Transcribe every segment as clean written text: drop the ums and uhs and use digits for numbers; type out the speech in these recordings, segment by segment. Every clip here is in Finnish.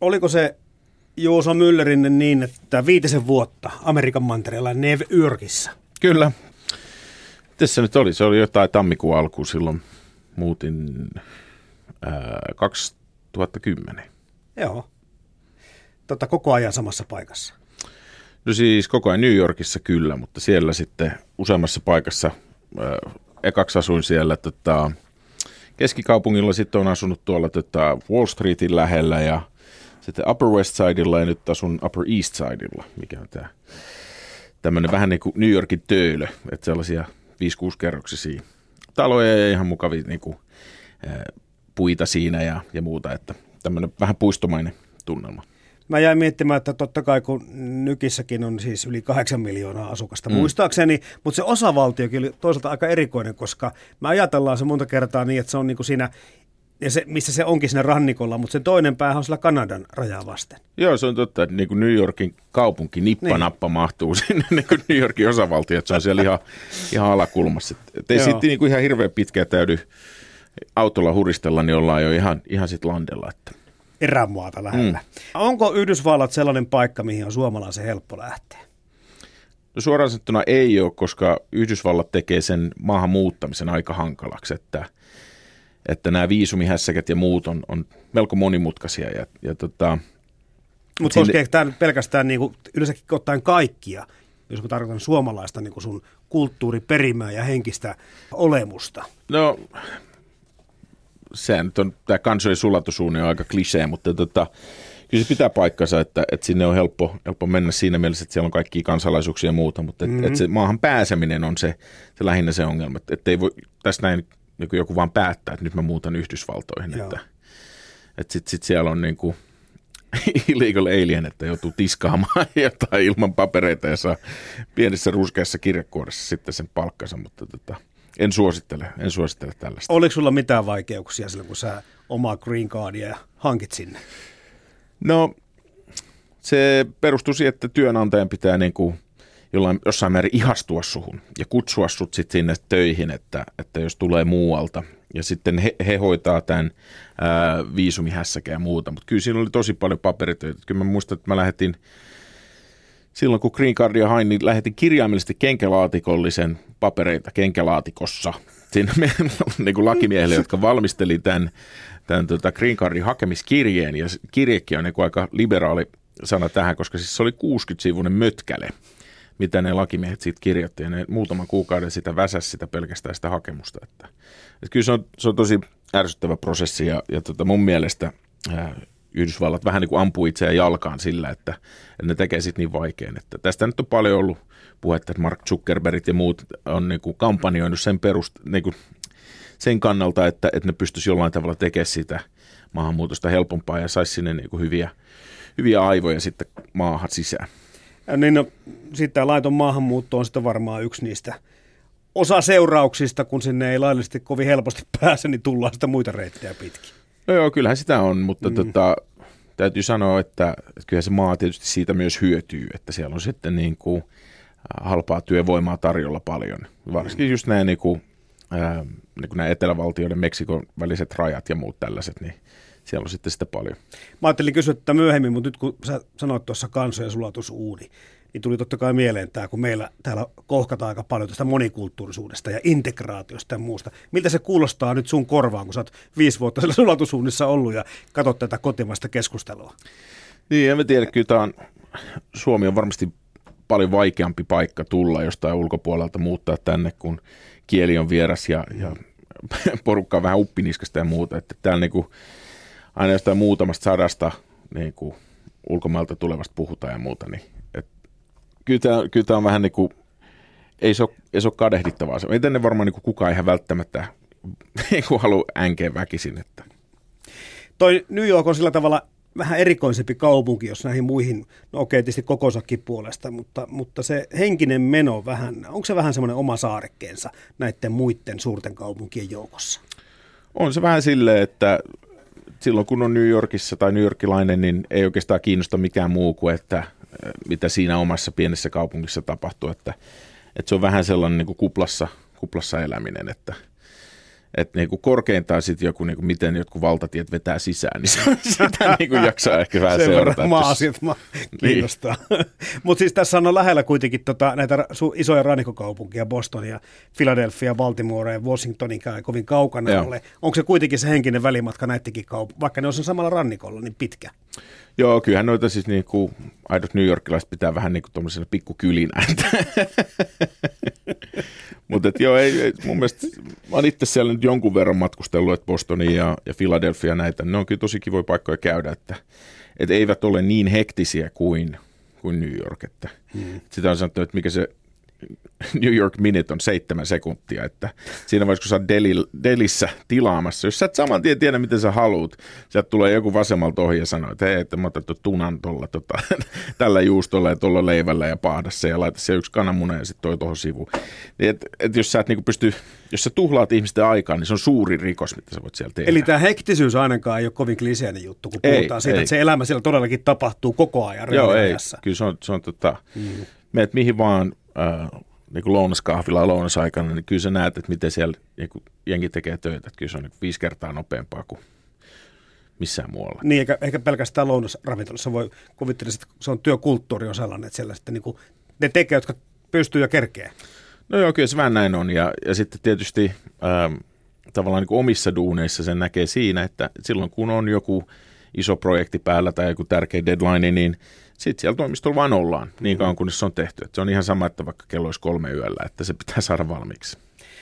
Oliko se Juuso Myllerinen niin, että 5 vuotta Amerikan mantereella New Yorkissa? Kyllä. Tässä nyt oli? Se oli jotain tammikuun alkuun, silloin muutin 2010. Joo. Koko ajan samassa paikassa. No siis koko ajan New Yorkissa kyllä, mutta siellä sitten useammassa paikassa. Ekaksi asuin siellä keskikaupungilla, sitten olen asunut tuolla Wall Streetin lähellä ja sitten Upper West Sidella ja nyt asun Upper East Sidella, mikä on tämä tämmöinen vähän niin kuin New Yorkin töölö, että sellaisia 5-6 kerroksisia taloja ja ihan mukavia niin kuin, puita siinä ja muuta, että tämmöinen vähän puistomainen tunnelma. Mä jäin miettimään, että totta kai kun Nykissäkin on siis yli 8 miljoonaa asukasta muistaakseni, mutta se osavaltiokin oli toisaalta aika erikoinen, koska me ajatellaan se monta kertaa niin, että se on niin kuin siinä, ja se, missä se onkin siinä rannikolla, mutta sen toinen päähän on sillä Kanadan rajaa vasten. Joo, se on totta, että niin kuin New Yorkin kaupunki nippa-nappa mahtuu sinne niin kuin New Yorkin osavaltio, että se on siellä ihan alakulmassa. Että ei sitten niin kuin ihan hirveän pitkään täydy autolla huristella, niin ollaan jo ihan sitten landella, että erämaata lähellä. Onko Yhdysvallat sellainen paikka, mihin on suomalaisen helppo lähteä? No suoraan sanottuna ei ole, koska Yhdysvallat tekee sen maahan muuttamisen aika hankalaksi, että nämä viisumihässäkät ja muut on melko monimutkaisia. Mutta koskeeko tämä pelkästään niin kuin yleensäkin ottaen kaikkia, jos mä tarkoitan suomalaista niin kuin sun kulttuuriperimää ja henkistä olemusta? No se nyt on, tämä kansojen sulatusuuni on aika klisee, mutta kyllä se pitää paikkansa, että sinne on helppo mennä siinä mielessä, että siellä on kaikkia kansalaisuuksia ja muuta, mutta että se maahan pääseminen on se lähinnä se ongelma, että ei voi tässä näin niin joku vaan päättää, että nyt mä muutan Yhdysvaltoihin, että sit siellä on niin kuin illegal alien, että joutuu tiskaamaan jotain ilman papereita ja saa pienessä ruskeassa kirjekuoressa sitten sen palkkansa, mutta en suosittele tällaista. Oliko sulla mitään vaikeuksia silloin, kun sä omaa green cardia hankit sinne? No, se perustui siihen, että työnantajan pitää niin kuin jossain määrin ihastua suhun ja kutsua sut sitten sinne töihin, että jos tulee muualta. Ja sitten he hoitaa tämän viisumihässäkä ja muuta. Mutta kyllä siinä oli tosi paljon paperitöitä. Kyllä mä muistan, että mä lähetin silloin, kun green cardia hain, niin lähetin kirjaimellisesti kenkälaatikollisen papereita kenkälaatikossa sinne niin kuin lakimiehille, jotka valmisteli tämän green cardin hakemiskirjeen. Ja kirjekin on niin kuin aika liberaali sana tähän, koska siis se oli 60-sivuinen mötkäle, mitä ne lakimiehet siitä kirjoitti. Ja ne muutaman kuukauden sitä väsäsi sitä pelkästään sitä hakemusta. Että kyllä se on tosi ärsyttävä prosessi ja mun mielestä Yhdysvallat vähän niin kuin ampuu itseään jalkaan sillä, että ne tekee sitten niin vaikean. Että tästä nyt on paljon ollut puhetta, että Mark Zuckerbergit ja muut on niin kuin kampanjoinut niin kuin sen kannalta, että ne pystyisi jollain tavalla tekemään sitä maahanmuutosta helpompaa ja saisi sinne niin kuin hyviä aivoja sitten maahan sisään. Niin no, sitten tämä laiton maahanmuutto on sitten varmaan yksi niistä osa seurauksista, kun sinne ei laillisesti kovin helposti pääse, niin tullaan sitä muita reittejä pitkin. No joo, kyllähän sitä on, mutta täytyy sanoa, että kyllä se maa tietysti siitä myös hyötyy, että siellä on sitten niin kuin halpaa työvoimaa tarjolla paljon. Varsinkin just nämä, niin kuin nämä etelävaltioiden Meksikon väliset rajat ja muut tällaiset, niin siellä on sitten sitä paljon. Mä ajattelin kysyä tätä myöhemmin, mutta nyt kun sä sanoit tuossa kansojen sulatusuuni, niin tuli totta kai mieleen tämä, kun meillä täällä kohkataan aika paljon tästä monikulttuurisuudesta ja integraatiosta ja muusta. Miltä se kuulostaa nyt sun korvaan, kun sä oot 5 vuotta siellä sulatusuunnissa ollut ja katsot tätä kotimaista keskustelua? Niin, en mä tiedä, kyllä Suomi on varmasti paljon vaikeampi paikka tulla jostain ulkopuolelta muuttaa tänne, kun kieli on vieras ja porukka on vähän uppiniskasta ja muuta. Että täällä niinku aina jostain muutamasta sadasta niinku ulkomailta tulevasta puhutaan ja muuta, niin kyllä tämä on vähän niin kuin, ei se ole kadehdittavaa. Ei tänne varmaan niin kukaan ihan välttämättä halua änkeä väkisin. Että. Toi New York on sillä tavalla vähän erikoisempi kaupunki, jos näihin muihin, no okei, tietysti kokosakin puolesta, mutta se henkinen meno vähän, onko se vähän semmoinen oma saarekkeensa näiden muiden suurten kaupunkien joukossa? On se vähän silleen, että silloin kun on New Yorkissa tai newyorkilainen, niin ei oikeastaan kiinnosta mikään muu kuin, että mitä siinä omassa pienessä kaupungissa tapahtuu, että se on vähän sellainen niin kuin kuplassa eläminen, että Että niin kuin korkeintaan sitten joku, niin kuin miten jotkut valtatiet vetää sisään, niin sitä niin kuin jaksaa ehkä vähän seurata. Maa-asiat kiinnostaa. Niin. Mutta siis tässä on lähellä kuitenkin näitä isoja rannikkokaupunkia, Bostonia, Philadelphia, Baltimore ja Washingtonin kovin kaukana ole. Onko se kuitenkin se henkinen välimatka näittekin vaikka ne on samalla rannikolla, niin pitkä? Joo, kyllähän noita siis niin kuin aidot New Yorkilaiset pitää vähän niin kuin tuollaisena pikkukylinä. Mutta joo, ei, mun mielestä mä oon itse siellä nyt jonkun verran matkustellut, että Bostonia ja Philadelphia näitä, ne on kyllä tosi kivoja paikkoja käydä, että eivät ole niin hektisiä kuin New York. Että sitä on sanottu, että mikä se New York Minute on 7 sekuntia, että siinä vaiheessa, kun sä oot Delissä tilaamassa, jos sä et saman tien tiedä, miten sä haluut, sieltä tulee joku vasemmalta ohi ja sanoo, että hei, että mä otan tunan tuolla, tällä juustolla ja tuolla leivällä ja paahda se ja laita se yksi kananmuna ja sitten toi tuohon sivuun. Niin et jos sä et niinku pysty, jos sä tuhlaat ihmisten aikaa, niin se on suuri rikos, mitä sä voit siellä tehdä. Eli tämä hektisyys ainakaan ei ole kovin kliseinen juttu, kun puhutaan siitä, että se elämä siellä todellakin tapahtuu koko ajan reaaliajassa. Joo, ei. Kyllä se on meet mihin vaan niin kuin lounaskahvilla lounasaikana, niin kyllä sä näet, että miten siellä niin jengi tekee töitä. Että kyllä se on niin 5 kertaa nopeampaa kuin missään muualla. Niin, eikä pelkästään lounasravintolassa voi kuvitella, että se on työkulttuuri on sellainen, että siellä sitten niin kuin ne tekee, jotka pystyy ja kerkee. No joo, kyllä se vähän näin on. Ja sitten tietysti tavallaan niin kuin omissa duuneissa sen näkee siinä, että silloin kun on joku iso projekti päällä tai joku tärkeä deadline, niin sitten siellä toimistolla vaan ollaan niin kauan kunnes se on tehty. Et se on ihan sama, että vaikka kello olisi 3 yöllä, että se pitää saada valmiiksi.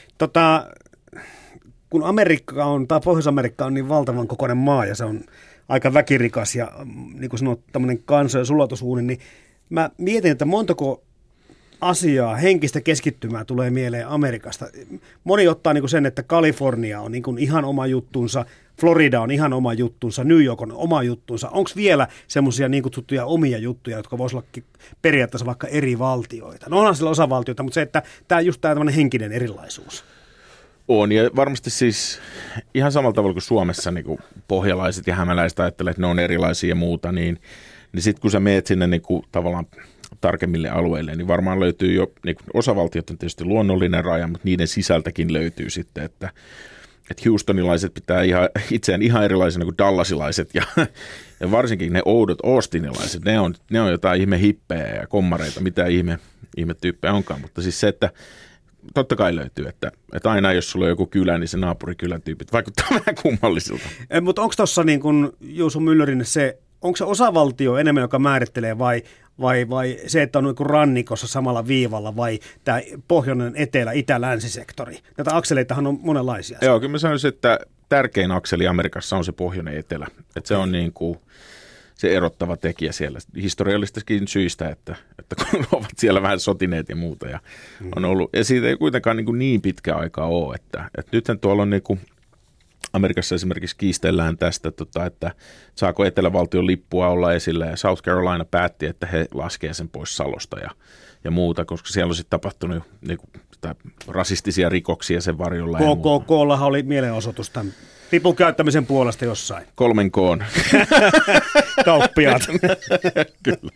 Kun Amerikka on, tai Pohjois-Amerikka on niin valtavan kokoinen maa ja se on aika väkirikas ja niin kuin sanot, tämmöinen kansojen sulatusuuni, niin mä mietin, että montako asiaa, henkistä keskittymää tulee mieleen Amerikasta. Moni ottaa niin kuin sen, että Kalifornia on niin kuin ihan oma juttunsa, Florida on ihan oma juttunsa, New York on oma juttunsa. Onko vielä semmoisia niin kutsuttuja omia juttuja, jotka voisi olla periaatteessa vaikka eri valtioita? No onhan sillä osavaltioita, mutta se, että tämä just tämä tämmöinen henkinen erilaisuus. On, ja varmasti siis ihan samalla tavalla kuin Suomessa niin kuin pohjalaiset ja hämäläiset ajattelee, että ne on erilaisia ja muuta, niin sitten kun sä meet sinne niin kuin tavallaan tarkemmille alueille, niin varmaan löytyy jo, niin kuin osavaltiot on tietysti luonnollinen raja, mutta niiden sisältäkin löytyy sitten, että Houstonilaiset pitää itseään ihan erilaisena kuin dallasilaiset ja varsinkin ne oudot austinilaiset, ne on jotain ihme hippejä ja kommareita, mitä ihme tyyppejä onkaan, mutta siis se, että totta kai löytyy, että aina jos sulla on joku kylä, niin se naapurikylän tyypit vaikuttaa vähän kummallisilta. Mutta onko tuossa niin kuin Juuso Myllyrinne onko se osavaltio enemmän, joka määrittelee vai se, että on niin rannikossa samalla viivalla vai tämä pohjoinen, etelä, itä, länsisektori? Näitä akseleitahan on monenlaisia. Joo, kyllä mä sanoisin, että tärkein akseli Amerikassa on se pohjoinen etelä. Että se on niin kuin se erottava tekijä siellä historiallistakin syistä, että kun ovat siellä vähän sotineet ja muuta. Ja on ollut, ja siitä ei kuitenkaan niin pitkä aikaa ole. Että nythän tuolla on niin kuin Amerikassa esimerkiksi kiistellään tästä, että saako etelävaltion lippua olla esillä, ja South Carolina päätti, että he laskee sen pois Salosta ja muuta, koska siellä on sitten tapahtunut niin kuin, rasistisia rikoksia sen varjolla. KKK:llahan oli mielenosoitus tämän lipun käyttämisen puolesta jossain. 3 K:n. Kauppiaat. Kyllä.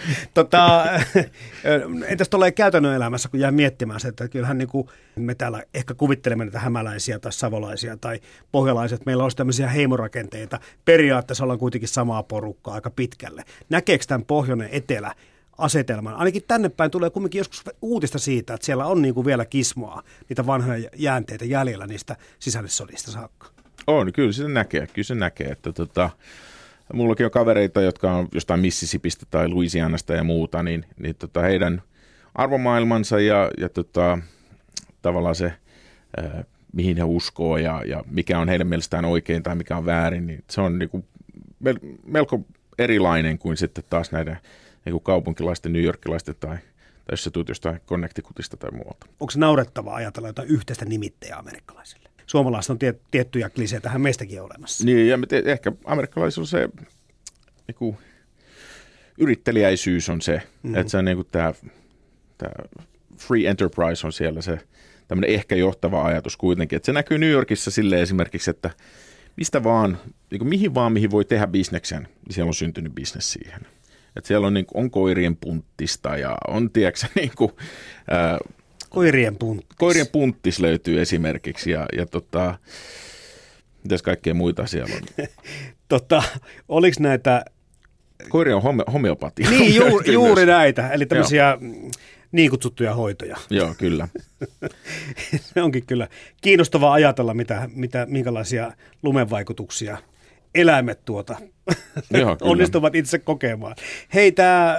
Entäs tuolla käytännön elämässä, kun jää miettimään se, että kyllähän niin kuin me täällä ehkä kuvittelemme näitä hämäläisiä tai savolaisia tai pohjalaisia, että meillä olisi tämmöisiä heimorakenteita. Periaatteessa ollaan kuitenkin samaa porukkaa aika pitkälle. Näkeekö tämän pohjoinen etelä asetelman? Ainakin tänne päin tulee kumminkin joskus uutista siitä, että siellä on niin kuin vielä kismoa, niitä vanhoja jäänteitä jäljellä niistä sisällissodista saakka. On, kyllä se näkee, että mullakin on kavereita, jotka on jostain Mississippistä tai Louisianasta ja muuta, niin heidän arvomaailmansa ja tavallaan se, mihin he uskoo ja mikä on heidän mielestään oikein tai mikä on väärin, niin se on niinku melko erilainen kuin sitten taas näiden niinku kaupunkilaisten, New Yorkilaisten tai jos sä tuut jostain Connecticutista tai muualta. Onko se naurettavaa ajatella jotain yhteistä nimittäjää amerikkalaisille? Suomalaiset on tiettyjä kliseitähän meistäkin olemassa. Niin, ja ehkä amerikkalaisilla se niinku, yritteliäisyys on se, että se on niinku tämä free enterprise on siellä se tämmöinen ehkä johtava ajatus kuitenkin. Että se näkyy New Yorkissa sille esimerkiksi, että mistä vaan, niinku, mihin voi tehdä bisneksen, niin siellä on syntynyt bisnes siihen. Että siellä on, niinku, on koirien punttista ja on, tiedätkö, niinku, Koirien punttis löytyy esimerkiksi ja mitäs kaikkea muita siellä on? Oliko näitä... Koirien homeopatia. Niin, juuri näitä, eli tämmöisiä niin kutsuttuja hoitoja. Joo, kyllä. Se onkin kyllä kiinnostavaa ajatella, minkälaisia lumenvaikutuksia eläimet onnistuvat itse kokemaan. Hei, tämä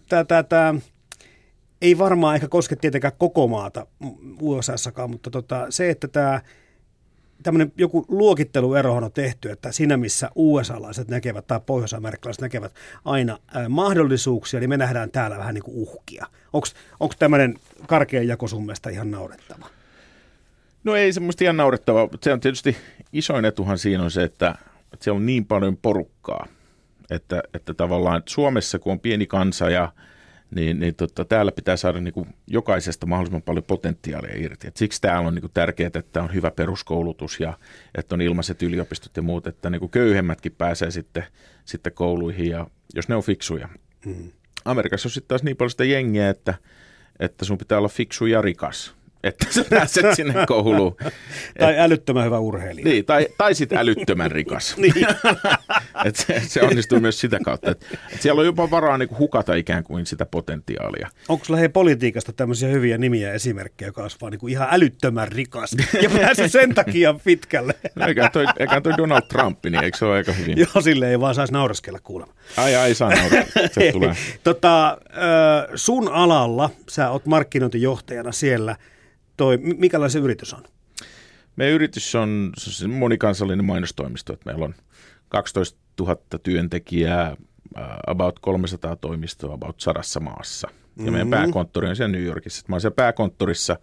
ei varmaan ehkä koske tietenkään koko maata USAssakaan, mutta se, että tämmöinen joku luokitteluerohan on tehty, että siinä missä USA-laiset näkevät tai pohjois-amerikkalaiset näkevät aina mahdollisuuksia, niin me nähdään täällä vähän niin kuin uhkia. Onko tämmöinen karkea jako sun mielestä ihan naurettava? No ei semmoista ihan naurettavaa. Se on tietysti isoin etuhan siinä on se, että siellä on niin paljon porukkaa, että tavallaan Suomessa kun on pieni kansa niin täällä pitää saada niin kuin jokaisesta mahdollisimman paljon potentiaalia irti. Et siksi täällä on niin kuin tärkeää, että on hyvä peruskoulutus ja että on ilmaiset yliopistot ja muut, että niin kuin köyhemmätkin pääsee sitten kouluihin ja jos ne on fiksuja. Amerikassa on sitten taas niin paljon sitä jengiä, että sun pitää olla fiksu ja rikas, että sä pääset sinne kouluun. Tai älyttömän hyvä urheilija. Niin, tai sitten älyttömän rikas. Niin. se onnistuu myös sitä kautta. Et siellä on jopa varaa niinku hukata ikään kuin sitä potentiaalia. Onko sulla politiikasta tämmöisiä hyviä nimiä esimerkkejä, joka olisi vaan niinku ihan älyttömän rikas ja pääsi sen takia pitkälle? No, eikä toi Donald Trump, niin eikö se ole aika hyvin? Joo, sille ei vaan saisi nauraskella kuulemma. Ai saa nauraskella. Se tulee. Sun alalla, sä oot markkinointijohtajana siellä. Mikälainen yritys on? Meidän yritys on monikansallinen mainostoimisto. Että meillä on 12 000 työntekijää, about 300 toimistoa, about 100 maassa. Ja meidän pääkonttori on siellä New Yorkissa. Mä oon siellä pääkonttorissa,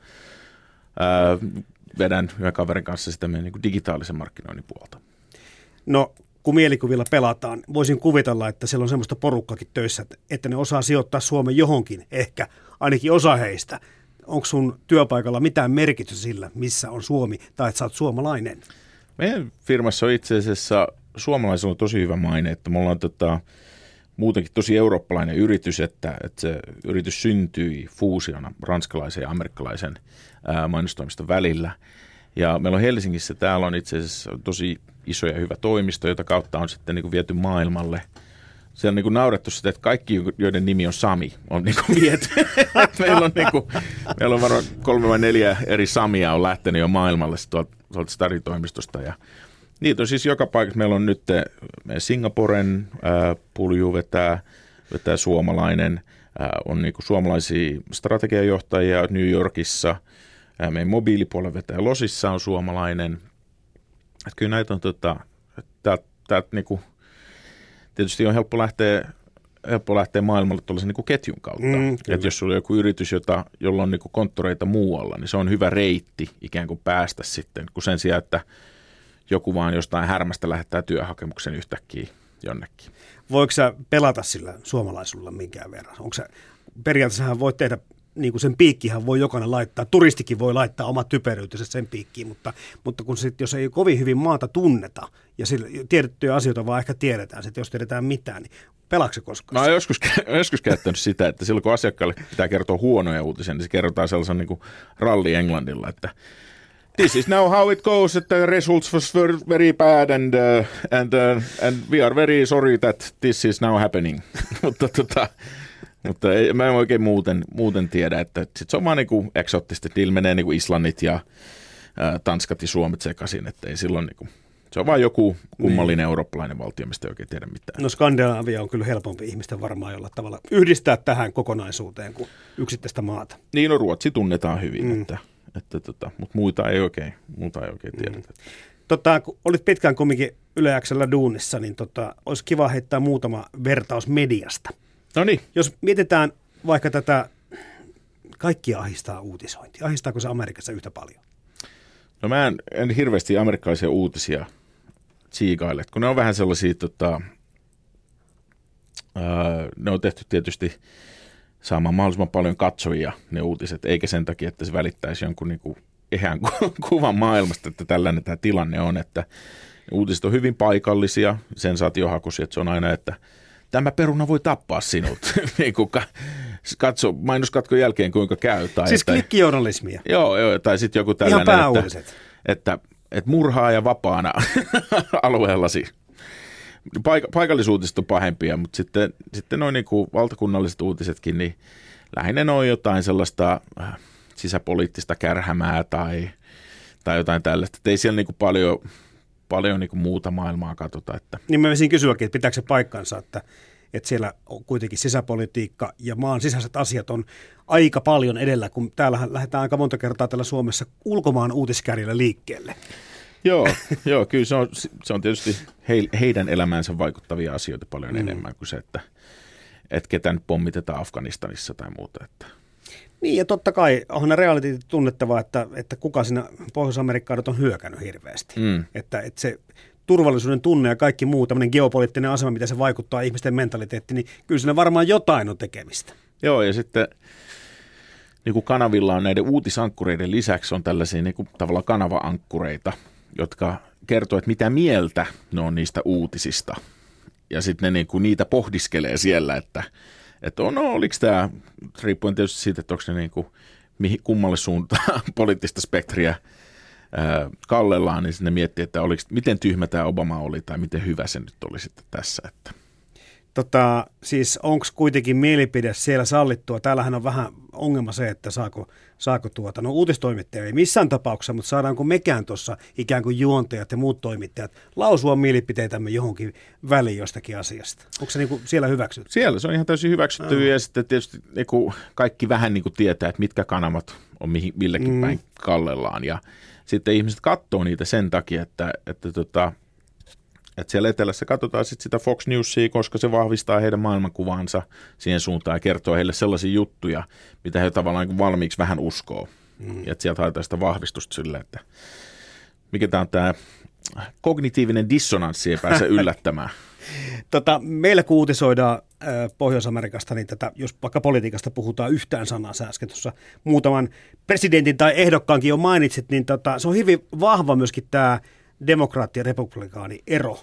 vedän yhden kaverin kanssa sitä meidän niin kuin digitaalisen markkinoinnin puolta. No, kun mielikuvilla pelataan, voisin kuvitella, että siellä on semmoista porukkakin töissä, että ne osaa sijoittaa Suomen johonkin, ehkä ainakin osa heistä. Onko sun työpaikalla mitään merkitystä sillä, missä on Suomi, tai että sä oot suomalainen? Meidän firmassa on itse asiassa suomalaisilla on tosi hyvä maine, että me ollaan muutenkin tosi eurooppalainen yritys, että se yritys syntyi fuusiona ranskalaisen ja amerikkalaisen mainostoimiston välillä. Ja meillä on Helsingissä, täällä on itse asiassa tosi iso ja hyvä toimisto, jota kautta on sitten niin kuin viety maailmalle. Se on niin kuin naurettu sitä, että kaikki, joiden nimi on Sami, on niin kuin viety. meillä on varmaan 3 vai 4 eri Samia on lähtenyt jo maailmalle tuolta Stari-toimistosta. Ja niitä on siis joka paikassa. Meillä on nyt Singaporen pulju vetää suomalainen. On niin kuin suomalaisia strategiajohtajia New Yorkissa. Meidän mobiilipuolen vetää Losissa on suomalainen. Että kyllä näitä on täältä niin kuin tietysti on helppo lähteä maailmalle tuollaisen niin kuin ketjun kautta. Että jos sulla on joku yritys, jolla on niin kuin konttoreita muualla, niin se on hyvä reitti ikään kuin päästä sitten, kun sen sijaan, että joku vaan jostain härmästä lähettää työhakemuksen yhtäkkiä jonnekin. Voiko sä pelata sillä suomalaisuudella minkään verran? Periaatteessahan voit tehdä, niin kuin sen piikkihän voi jokainen laittaa, turistikin voi laittaa omat typeryytensä sen piikkiin, mutta kun jos ei kovin hyvin maata tunneta ja tiedettyjä asioita vaan ehkä tiedetään, että jos tiedetään mitään, niin pelaako se koskaan? Mä oon joskus käyttänyt sitä, että silloin kun asiakkaalle pitää kertoa huonoja uutisia, niin se kerrotaan sellaisen niin kuin ralli englannilla, että this is now how it goes, that the results was very bad and we are very sorry that this is now happening. Mutta mä en oikein muuten tiedä, että sit se on vaan niinku eksoottista, että niillä menee niinku Islannit ja Tanskat ja Suomet sekaisin, että ei silloin niinku, se on vaan joku kummallinen eurooppalainen valtio, mistä ei oikein tiedä mitään. No Skandinavia on kyllä helpompi ihmisten varmaan jollain tavalla yhdistää tähän kokonaisuuteen kuin yksittäistä maata. Niin, no Ruotsi tunnetaan hyvin, mutta muita ei oikein tiedetä. Kun olit pitkään kumminkin Yle X:llä duunissa, niin olisi kiva heittää muutama vertaus mediasta. No niin. Jos mietitään vaikka tätä, kaikkia ahistaa uutisointi. Ahistaako se Amerikassa yhtä paljon? No mä en hirveästi amerikkalaisia uutisia tsiikaile, kun ne on vähän sellaisia, ne on tehty tietysti saamaan mahdollisimman paljon katsojia ne uutiset, eikä sen takia, että se välittäisi jonkun niin kuin ehän kuvan maailmasta, että tällainen tämä tilanne on, että uutiset on hyvin paikallisia, sensaatiohakuisia, että se on aina, että tämä peruna voi tappaa sinut. Niin kuin mainoskatkon jälkeen kuinka käy. Tai siis klikkijournalismia. Joo, tai sitten joku tällainen, ihan pääuutiset. Että murhaa ja vapaana alueellasi. Paikallisuutiset on pahempia, mutta sitten noin niin kuin valtakunnalliset uutisetkin, niin lähinnä ne on jotain sellaista sisäpoliittista kärhämää tai jotain tällaista. Että ei siellä niin kuin paljon niin kuin muuta maailmaa katsota. Että. Niin mä voisin kysyäkin, että pitääkö se paikkansa, että siellä on kuitenkin sisäpolitiikka ja maan sisäiset asiat on aika paljon edellä, kun täällähän lähdetään aika monta kertaa täällä Suomessa ulkomaan uutiskärjellä liikkeelle. Joo, kyllä se on tietysti heidän elämäänsä vaikuttavia asioita paljon enemmän kuin se, että ketä nyt pommitetaan Afganistanissa tai muuta. Että. Niin ja totta kai onhan realiteetit tunnettava, että kuka siinä Pohjois-Amerikkaan on hyökännyt hirveästi. Että se turvallisuuden tunne ja kaikki muu, tämmöinen geopoliittinen asema, mitä se vaikuttaa ihmisten mentaliteettiin, niin kyllä siinä varmaan jotain on tekemistä. Joo, ja sitten niin kuin kanavilla on näiden uutisankkureiden lisäksi on tällaisia niin kuin tavallaan kanava-ankkureita, jotka kertoo, että mitä mieltä ne on niistä uutisista. Ja sitten ne niin kuin niitä pohdiskelee siellä, että oliko tämä, riippuen tietysti siitä, että onko ne niin kuin kummalle suuntaan poliittista spektriä kallellaan, niin sinne miettii, että miten tyhmä tämä Obama oli tai miten hyvä se nyt oli sitten tässä. Että. Siis onko kuitenkin mielipide siellä sallittua? Täällähän on vähän ongelma se, että saako uutistoimittaja ei missään tapauksessa, mutta saadaanko mekään tuossa ikään kuin juontajat ja muut toimittajat lausua mielipiteitämme johonkin väliin jostakin asiasta? Onko se niin kuin siellä hyväksytty? Siellä se on ihan täysin hyväksytty ja sitten tietysti niin kuin kaikki vähän niin kuin tietää, että mitkä kanavat on millekin päin kallellaan ja sitten ihmiset katsoo niitä sen takia, että siellä etelässä katsotaan sitten sitä Fox Newsia, koska se vahvistaa heidän maailmankuvaansa siihen suuntaan ja kertoo heille sellaisia juttuja, mitä he tavallaan valmiiksi vähän uskoo. Ja että sieltä haetaan sitä vahvistusta sille, että mikä tämä on tämä kognitiivinen dissonanssi ei pääse yllättämään. Meillä kun uutisoidaan Pohjois-Amerikasta, niin jos vaikka politiikasta puhutaan yhtään sanaa, sä äsken tuossa muutaman presidentin tai ehdokkaankin jo mainitsit, niin se on hyvin vahva myöskin tämä demokraatti- ja republikaani ero.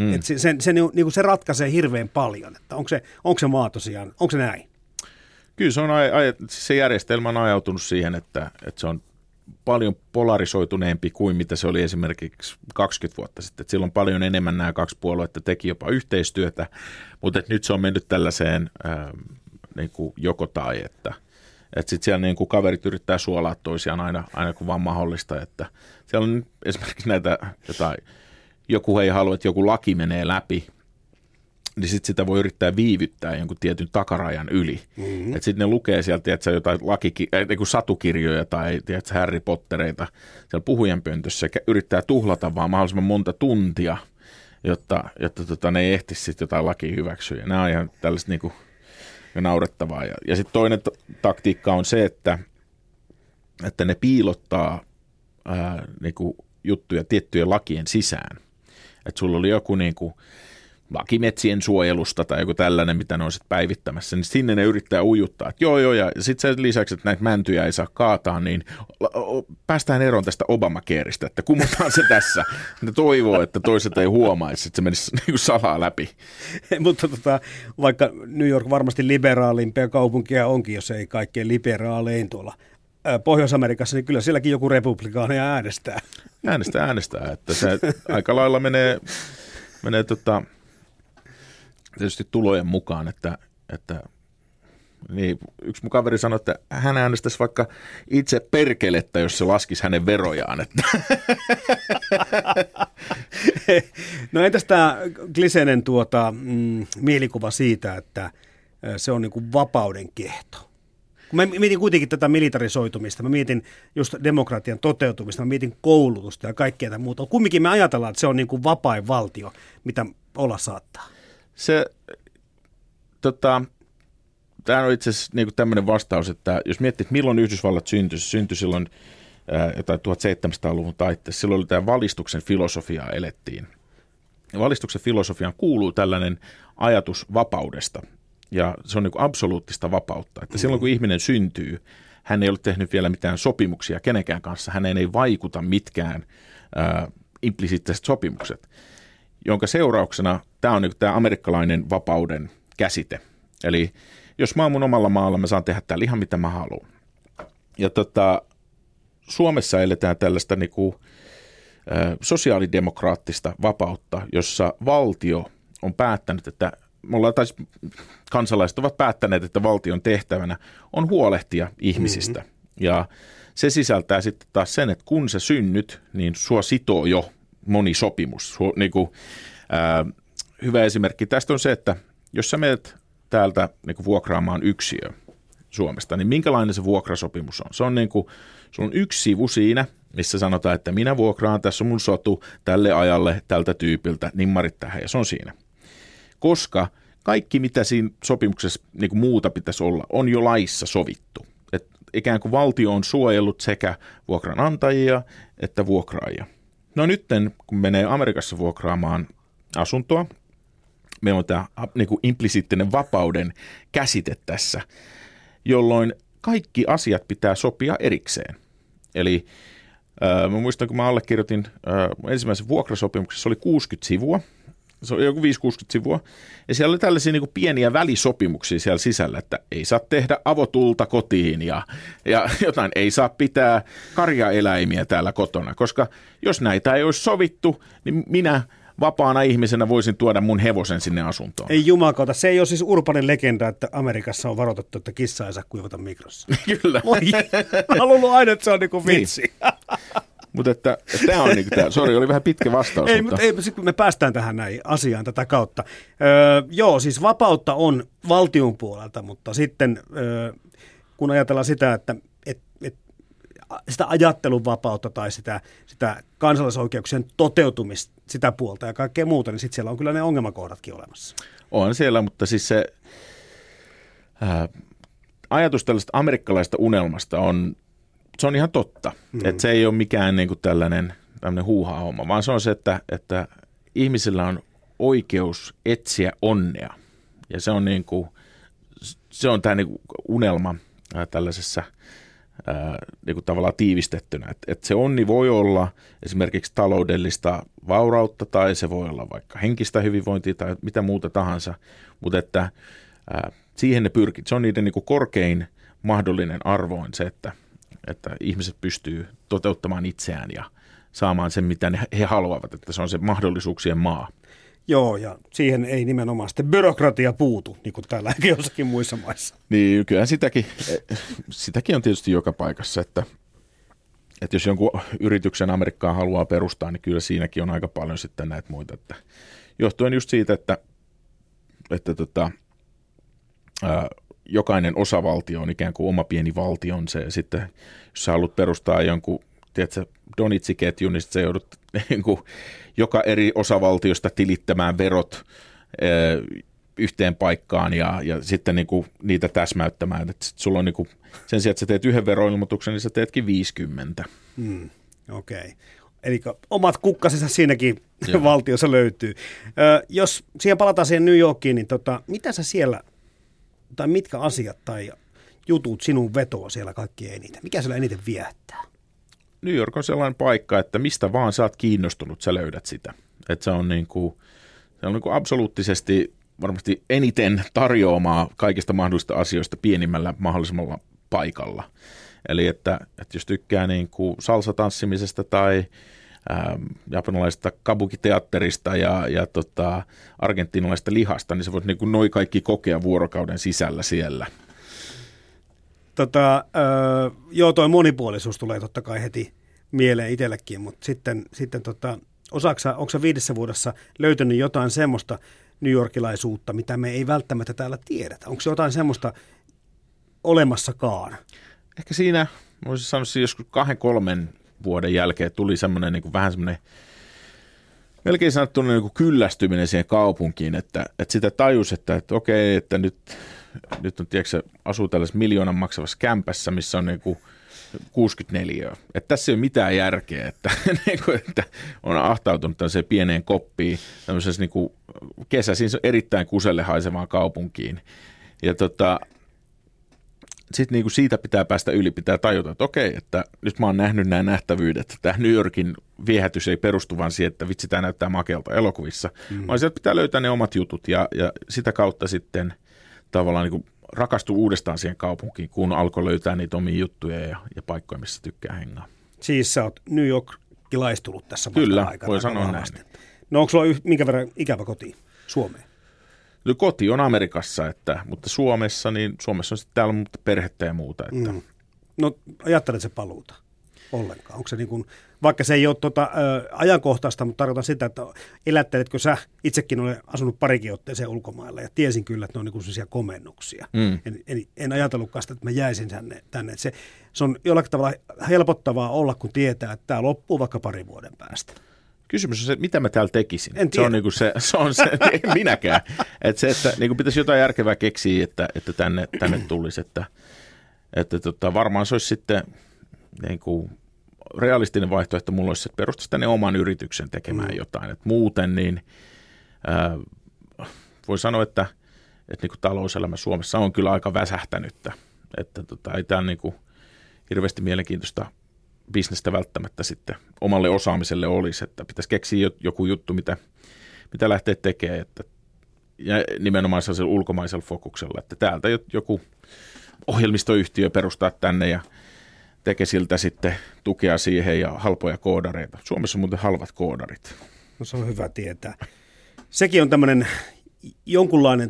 Se ratkaisee hirveän paljon. Että onko se maa tosiaan, onko se näin? Kyllä se järjestelmä on ajautunut siihen, että se on paljon polarisoituneempi kuin mitä se oli esimerkiksi 20 vuotta sitten. Että silloin paljon enemmän nämä kaksi puoluetta teki jopa yhteistyötä, mutta nyt se on mennyt tällaiseen niin kuin joko tai, että sitten siellä niin kuin kaverit yrittää suolaa toisiaan aina kun vaan mahdollista. Että siellä on esimerkiksi näitä jotain, joku ei halua, että joku laki menee läpi, niin sitten sitä voi yrittää viivyttää jonkun tietyn takarajan yli. Että sitten ne lukee sieltä, tiedätkö, jotain satukirjoja tai tiedätkö, Harry Pottereita siellä puhujanpöntössä ja yrittää tuhlata vaan mahdollisimman monta tuntia, jotta ne ei ehtisi sitten jotain lakia hyväksyä. Ja nämä on ihan tällaista niin kuin naurettavaa. Ja sitten toinen taktiikka on se, että ne piilottaa niin kuin juttuja tiettyjen lakien sisään. Että sulla oli joku niin kuin laki metsien suojelusta tai joku tällainen, mitä ne on sitten päivittämässä, niin sinne ne yrittää ujuttaa, että joo, ja sitten sen lisäksi, että näitä mäntyjä ei saa kaataa, niin päästään eroon tästä Obamacareista, että kumotaan se tässä. Ne toivoo, että toiset ei huomaisi, että se menisi niin kuin salaa läpi. Mutta vaikka New York varmasti liberaalimpia kaupunkia onkin, jos ei kaikkein liberaalein tuolla Pohjois-Amerikassa, niin kyllä sielläkin joku republikaani äänestää. Äänestää, että se aika lailla menee tietysti tulojen mukaan, että niin, yksi mun kaveri sanoi, että hän äänestäisi vaikka itse perkelettä, jos se laskisi hänen verojaan. Että. No entäs tämä kliseinen mielikuva siitä, että se on niin kuin vapauden kehto? Kun mä mietin kuitenkin tätä militarisoitumista, mä mietin just demokratian toteutumista, mä mietin koulutusta ja kaikkea tätä muuta. Kumminkin me ajatellaan, että se on niin kuin vapain valtio, mitä olla saattaa. Tämä on itse asiassa niin kuin tämmöinen vastaus, että jos miettii, että milloin Yhdysvallat syntyi silloin jotain 1700-luvun taitteessa, silloin oli tämä valistuksen filosofiaa elettiin. Ja valistuksen filosofiaan kuuluu tällainen ajatus vapaudesta, ja se on niin kuin absoluuttista vapautta, että silloin kun ihminen syntyy, hän ei ole tehnyt vielä mitään sopimuksia kenenkään kanssa, häneen ei vaikuta mitkään implisiittiset sopimukset, jonka seurauksena tämä on niin tämä amerikkalainen vapauden käsite. Eli jos mä oon mun omalla maalla, mä saan tehdä täällä ihan mitä mä haluan. Ja Suomessa eletään tällaista niinku, sosiaalidemokraattista vapautta, jossa valtio on päättänyt, että kansalaiset ovat päättäneet, että valtion tehtävänä on huolehtia ihmisistä. Ja se sisältää sitten taas sen, että kun sä synnyt, niin sua sitoo jo moni sopimus. Hyvä esimerkki tästä on se, että jos sä menet täältä niin vuokraamaan yksiö Suomesta, niin minkälainen se vuokrasopimus on? Se on sulla on yksi sivu siinä, missä sanotaan, että minä vuokraan, tässä on mun sotu tälle ajalle, tältä tyypiltä, nimmarit tähän, ja se on siinä. Koska kaikki, mitä siinä sopimuksessa niin kuin muuta pitäisi olla, on jo laissa sovittu. Et ikään kuin valtio on suojellut sekä vuokranantajia että vuokraajia. No nyt, kun menee Amerikassa vuokraamaan asuntoa, meillä on tämä niin kuin implisiittinen vapauden käsite tässä, jolloin kaikki asiat pitää sopia erikseen. Eli mä muistan, kun mä allekirjoitin ensimmäisen vuokrasopimuksen, se oli 60 sivua. Se oli joku 5-60 sivua. Ja siellä oli tällaisia niin kuin pieniä välisopimuksia siellä sisällä, että ei saa tehdä avotulta kotiin ja jotain, ei saa pitää karjaeläimiä täällä kotona. Koska jos näitä ei olisi sovittu, niin minä vapaana ihmisenä voisin tuoda mun hevosen sinne asuntoon. Ei jumakauta, se ei ole siis urbanin legenda, että Amerikassa on varoitettu, että kissa ei saa kuivata mikrossa. Kyllä. Mä oon luullut aina, että se on niinku vitsi. Niin. Mutta tämä on niinku tämä. Sori, oli vähän pitkä vastaus. Mutta me päästään tähän näin asiaan tätä kautta. Joo, siis vapautta on valtion puolelta, mutta sitten kun ajatellaan sitä, että sitä ajattelun vapautta tai sitä kansalaisoikeuksien toteutumista, sitä puolta ja kaikkea muuta, niin sitten siellä on kyllä ne ongelmakohdatkin olemassa. On siellä, mutta siis se ajatus tällaista amerikkalaista unelmasta se on ihan totta. Että se ei ole mikään niin kuin tällainen huuhaa-homma, vaan se on se, että ihmisillä on oikeus etsiä onnea. Ja se on, se on tämä niin kuin unelma tällaisessa niin kuin tavallaan tiivistettynä. Että se onni voi olla esimerkiksi taloudellista vaurautta tai se voi olla vaikka henkistä hyvinvointia tai mitä muuta tahansa, mutta että siihen ne pyrkii. Se on niiden niin kuin korkein mahdollinen arvo on se, että ihmiset pystyy toteuttamaan itseään ja saamaan sen, mitä he haluavat, että se on se mahdollisuuksien maa. Joo, ja siihen ei nimenomaan sitten byrokratia puutu, niin kuin täällä jossakin muissa maissa. Niin, kyllähän sitäkin on tietysti joka paikassa, että jos jonkun yrityksen Amerikkaan haluaa perustaa, niin kyllä siinäkin on aika paljon sitten näitä muita. Että johtuen just siitä, että jokainen osavaltio on ikään kuin oma pieni valtionsa, ja sitten jos sä haluat perustaa jonkun, tiedätkö, donitsiketjun, niin sitten sä joudut niin kuin joka eri osavaltiosta tilittämään verot yhteen paikkaan ja sitten niin kuin niitä täsmäyttämään. Että sulla on niin kuin, sen sijaan, että sä teet yhden veroilmoituksen, niin sä teetkin 50. Okei. Eli omat kukkasensa siinäkin valtiossa löytyy. Jos siihen palataan siihen New Yorkiin, niin mitä sä siellä, tai mitkä asiat tai jutut sinun vetoa siellä kaikki eniten? Mikä siellä eniten viehättää? New York on sellainen paikka, että mistä vaan sä oot kiinnostunut, sä löydät sitä. Että se on niin kuin absoluuttisesti varmasti eniten tarjoamaa kaikista mahdollisista asioista pienimmällä mahdollisella paikalla. Eli että jos tykkää niin kuin salsatanssimisesta tai japanilaisesta kabukiteatterista ja argentiinalaisesta lihasta, niin sä voit niin kuin noi kaikki kokea vuorokauden sisällä siellä. Joo, toi monipuolisuus tulee totta kai heti mieleen itsellekin, mutta sitten onko sä 5 vuodessa löytänyt jotain semmoista newyorkilaisuutta, mitä me ei välttämättä täällä tiedetä? Onko se jotain semmoista olemassakaan? Ehkä siinä, voisin sanoa, joskus 2-3 vuoden jälkeen tuli semmoinen niin kuin vähän semmoinen melkein sanottuna niin kuin kyllästyminen siihen kaupunkiin, että sitä tajusi, että okei, että nyt on, tiedätkö, asuu tällaisessa 1 000 000 maksavassa kämpässä, missä on niin kuin 64. Että tässä ei ole mitään järkeä, että on ahtautunut tämmöiseen pieneen koppiin, tämmöisessä niin kuin kesäisin erittäin kuselle haisevaan kaupunkiin. Ja sitten niinku siitä pitää päästä yli, pitää tajuta, että okei, että nyt mä oon nähnyt nämä nähtävyydet, että tämä New Yorkin viehätys ei perustu vaan siihen, että vitsi, tämä näyttää makealta elokuvissa, vaan sieltä pitää löytää ne omat jutut ja sitä kautta sitten tavallaan niinku rakastua uudestaan siihen kaupunkiin, kun alkoi löytää niitä omia juttuja ja paikkoja, missä tykkää hengaa. Siis sä oot New Yorkilaistunut tässä Kyllä, aikana. voi sanoa näin. No onko sulla minkä verran ikävä kotiin Suomeen? No, koti on Amerikassa, mutta Suomessa on sitten täällä mutta perhettä ja muuta. Että. No ajattelet se paluuta ollenkaan? Onko se niin kuin, vaikka se ei ole ajankohtaista, mutta tarkoitan sitä, että elätteletkö sä, itsekin olen asunut parikin otteeseen ulkomailla ja tiesin kyllä, että ne on niin kuin sellaisia komennuksia. En ajatellutkaan sitä, että mä jäisin tänne. Että se on jollakin tavalla helpottavaa olla, kun tietää, että tämä loppuu vaikka 2 vuoden päästä. Kysymys on se, mitä mä täällä tekisin. En tiedä. Se on se, en minäkään. Että se, että niin kuin pitäisi jotain järkevää keksiä, että tänne tulisi. Että varmaan se olisi sitten niin kuin realistinen vaihtoehto mulla olisi, että perustaisi tänne oman yrityksen tekemään jotain. Että muuten niin voi sanoa, että niin kuin talouselämä Suomessa on kyllä aika väsähtänyttä. Että ei täällä niin kuin hirveästi mielenkiintoista bisnestä välttämättä sitten omalle osaamiselle olisi, että pitäisi keksiä joku juttu, mitä lähtee tekemään, ja nimenomaan sellaisella ulkomaisella fokuksella, että täältä joku ohjelmistoyhtiö perustaa tänne ja tekee siltä sitten tukea siihen ja halpoja koodareita. Suomessa on muuten halvat koodarit. No se on hyvä tietää. Sekin on tämmöinen jonkunlainen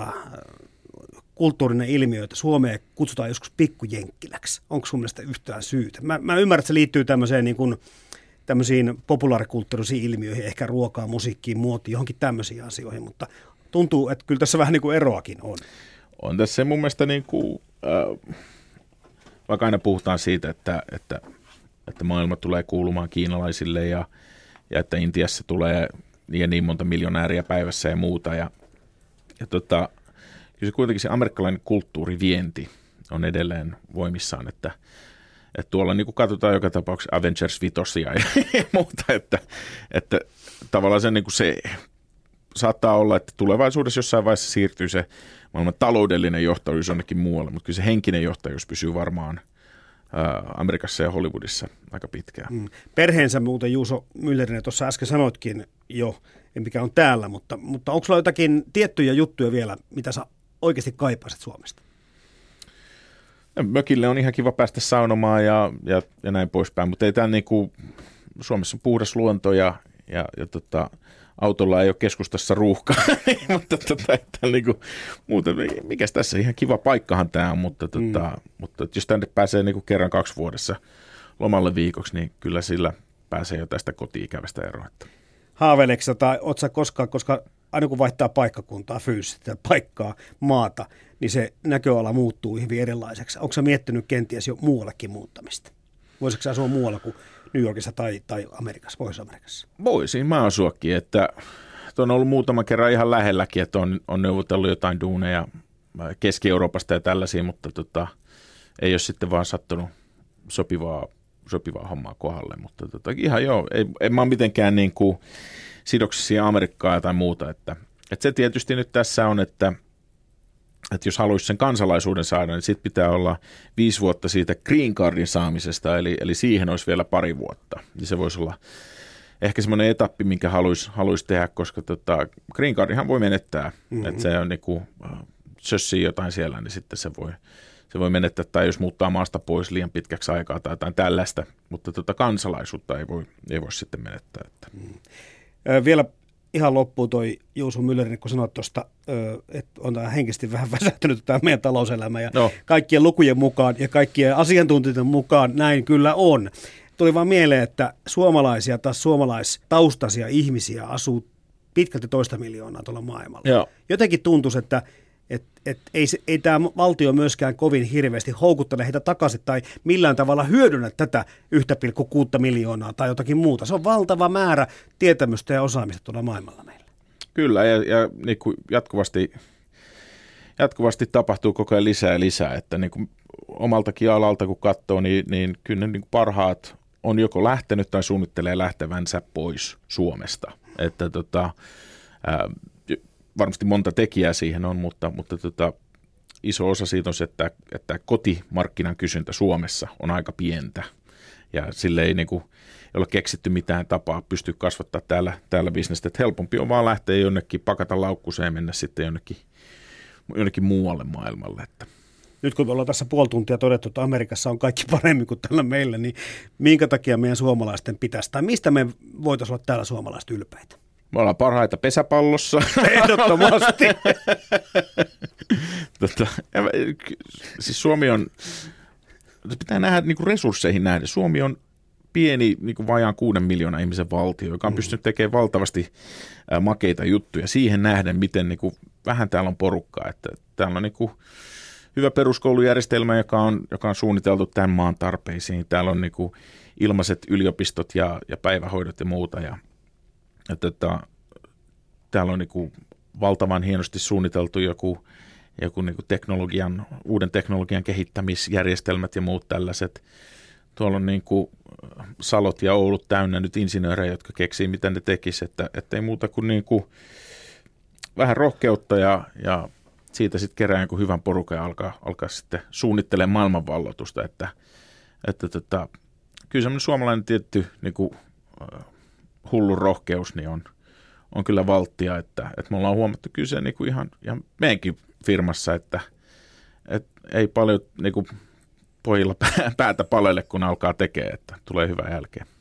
kulttuurinen ilmiö, että Suomea kutsutaan joskus pikkujenkkiläksi. Onko sun mielestä yhtään syytä? Mä ymmärrän, että se liittyy tämmöisiin populaarikulttuurisiin ilmiöihin, ehkä ruokaan, musiikkiin, muotiin, johonkin tämmöisiin asioihin, mutta tuntuu, että kyllä tässä vähän niin kuin eroakin on. On tässä mun mielestä, niin kuin, vaikka aina puhutaan siitä, että maailma tulee kuulumaan kiinalaisille ja että Intiassa tulee niin monta miljonääriä päivässä ja muuta. Ja kyllä se kuitenkin se amerikkalainen kulttuurivienti on edelleen voimissaan, että tuolla niin kuin katsotaan joka tapauksessa Avengers 5 ja muuta, että tavallaan se, niin kuin se saattaa olla, että tulevaisuudessa jossain vaiheessa siirtyy se maailman taloudellinen johtajuus jonnekin muualle, mutta kyllä se henkinen johtajuus pysyy varmaan Amerikassa ja Hollywoodissa aika pitkään. Perheensä muuten Juuso Myllerinen tuossa äsken sanoitkin jo, mikä on täällä, mutta onko sulla jotakin tiettyjä juttuja vielä, mitä sä oikeasti kaipaisit Suomesta? Mökille on ihan kiva päästä saunomaan ja näin poispäin, mutta ei täällä niinku, Suomessa on puhdas luonto ja autolla ei ole keskustassa ruuhkaa, mutta niinku, muuten, mikäs tässä, ihan kiva paikkahan tämä on, mutta jos tänne pääsee niinku kerran 2 vuodessa lomalle viikoksi, niin kyllä sillä pääsee jo tästä koti-ikävästä eroa. Haaveileksä tai oot sä koskaan, koska aina kun vaihtaa paikkakuntaa fyysisesti ja paikkaa, maata, niin se näköala muuttuu hyvin erilaiseksi. Onko sä miettinyt kenties jo muuallekin muuttamista? Voisitko sä asua muualla kuin New Yorkissa tai Amerikassa, Pohjois-Amerikassa? Voisin mä asuakin, että on ollut muutama kerran ihan lähelläkin, että on neuvotellut jotain duuneja Keski-Euroopasta ja tällaisia, mutta ei ole sitten vaan sattunut sopivaa hommaa kohdalle, mutta ihan joo, ei mä ole mitenkään niin kuin sidoksisia Amerikkaa tai muuta, että se tietysti nyt tässä on, että jos haluaisi sen kansalaisuuden saada, niin sitten pitää olla 5 vuotta siitä green cardin saamisesta, eli siihen olisi vielä 2 vuotta. Ja se voisi olla ehkä semmoinen etappi, minkä haluaisi tehdä, koska green cardihan voi menettää, että se on niinku, sössii jotain siellä, niin sitten se voi menettää, tai jos muuttaa maasta pois liian pitkäksi aikaa tai jotain tällaista, mutta kansalaisuutta ei voi sitten menettää. Että. Vielä ihan loppuun toi Juuso Myllerinen, kun sanoit tuosta, että on henkisesti vähän väsähtynyt tämä meidän talouselämä ja kaikkien lukujen mukaan ja kaikkien asiantuntijoiden mukaan näin kyllä on. Tuli vaan mieleen, että suomalaisia tai suomalaistaustaisia ihmisiä asuu pitkälti 2 miljoonaa tuolla maailmalla. Joo. Jotenkin tuntuisi, että ei tämä valtio myöskään kovin hirveästi houkuttele heitä takaisin tai millään tavalla hyödynnä tätä 1,6 miljoonaa tai jotakin muuta. Se on valtava määrä tietämystä ja osaamista tuolla maailmalla meillä. Kyllä, ja niin kuin jatkuvasti tapahtuu koko ajan lisää, että niin kuin omaltakin alalta kun katsoo, niin kyllä ne niin kuin parhaat on joko lähtenyt tai suunnittelee lähtevänsä pois Suomesta. Että varmasti monta tekijää siihen on, mutta iso osa siitä on se, että kotimarkkinan kysyntä Suomessa on aika pientä. Ja sille ei niin kuin, ei ole keksitty mitään tapaa pystyä kasvattaa täällä bisnestä. Että helpompi on vaan lähteä jonnekin, pakata laukkuseen ja mennä sitten jonnekin muualle maailmalle. Että. Nyt kun me ollaan tässä puoli tuntia todettu, että Amerikassa on kaikki paremmin kuin täällä meillä, niin minkä takia meidän suomalaisten pitäisi, tai mistä me voitaisiin olla täällä suomalaiset ylpeitä? Me ollaan parhaita pesäpallossa. Ehdottomasti. Siis Suomi on, pitää nähdä niin kuin resursseihin nähdä. Suomi on pieni, niin kuin vajaan 6 miljoonan ihmisen valtio, joka on pystynyt tekemään valtavasti makeita juttuja. Siihen nähden, miten niin kuin, vähän täällä on porukkaa. Että täällä on niin kuin, hyvä peruskoulujärjestelmä, joka on suunniteltu tämän maan tarpeisiin. Täällä on niin kuin, ilmaiset yliopistot ja päivähoidot ja muuta. Täällä on niin kuin, valtavan hienosti suunniteltu joku niin kuin uuden teknologian kehittämisjärjestelmät ja muut tällaiset. Tuolla on niin kuin Salot ja Oulut täynnä nyt insinöörejä, jotka keksii, mitä ne tekisivät. Että ei muuta kuin, niin kuin vähän rohkeutta ja siitä sitten kerää jonkun hyvän porukan ja alkaa sitten suunnittelemaan maailmanvalloitusta. Että kyllä semmoinen suomalainen tietty niin kuin, hullu rohkeus niin on kyllä valttia, että me ollaan huomattu kyllä se niin kuin ihan meidänkin firmassa, että ei paljon niin kuin pojilla päätä palelle, kun alkaa tekemään, että tulee hyvää jälkeä.